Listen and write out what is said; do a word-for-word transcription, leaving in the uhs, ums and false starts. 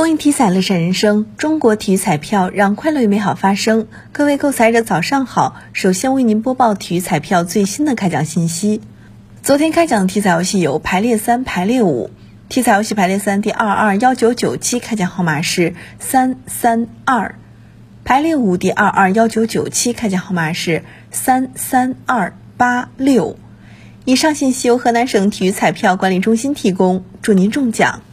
公益体彩乐善人生，中国体育彩票让快乐与美好发生。各位购彩者早上好，首先为您播报体育彩票最新的开奖信息。昨天开奖的体彩游戏有排列三、排列五。体彩游戏排列三第二二一九九七开奖号码是三三二，排列五第二二一九九七开奖号码是三三二八六。以上信息由河南省体育彩票管理中心提供，祝您中奖。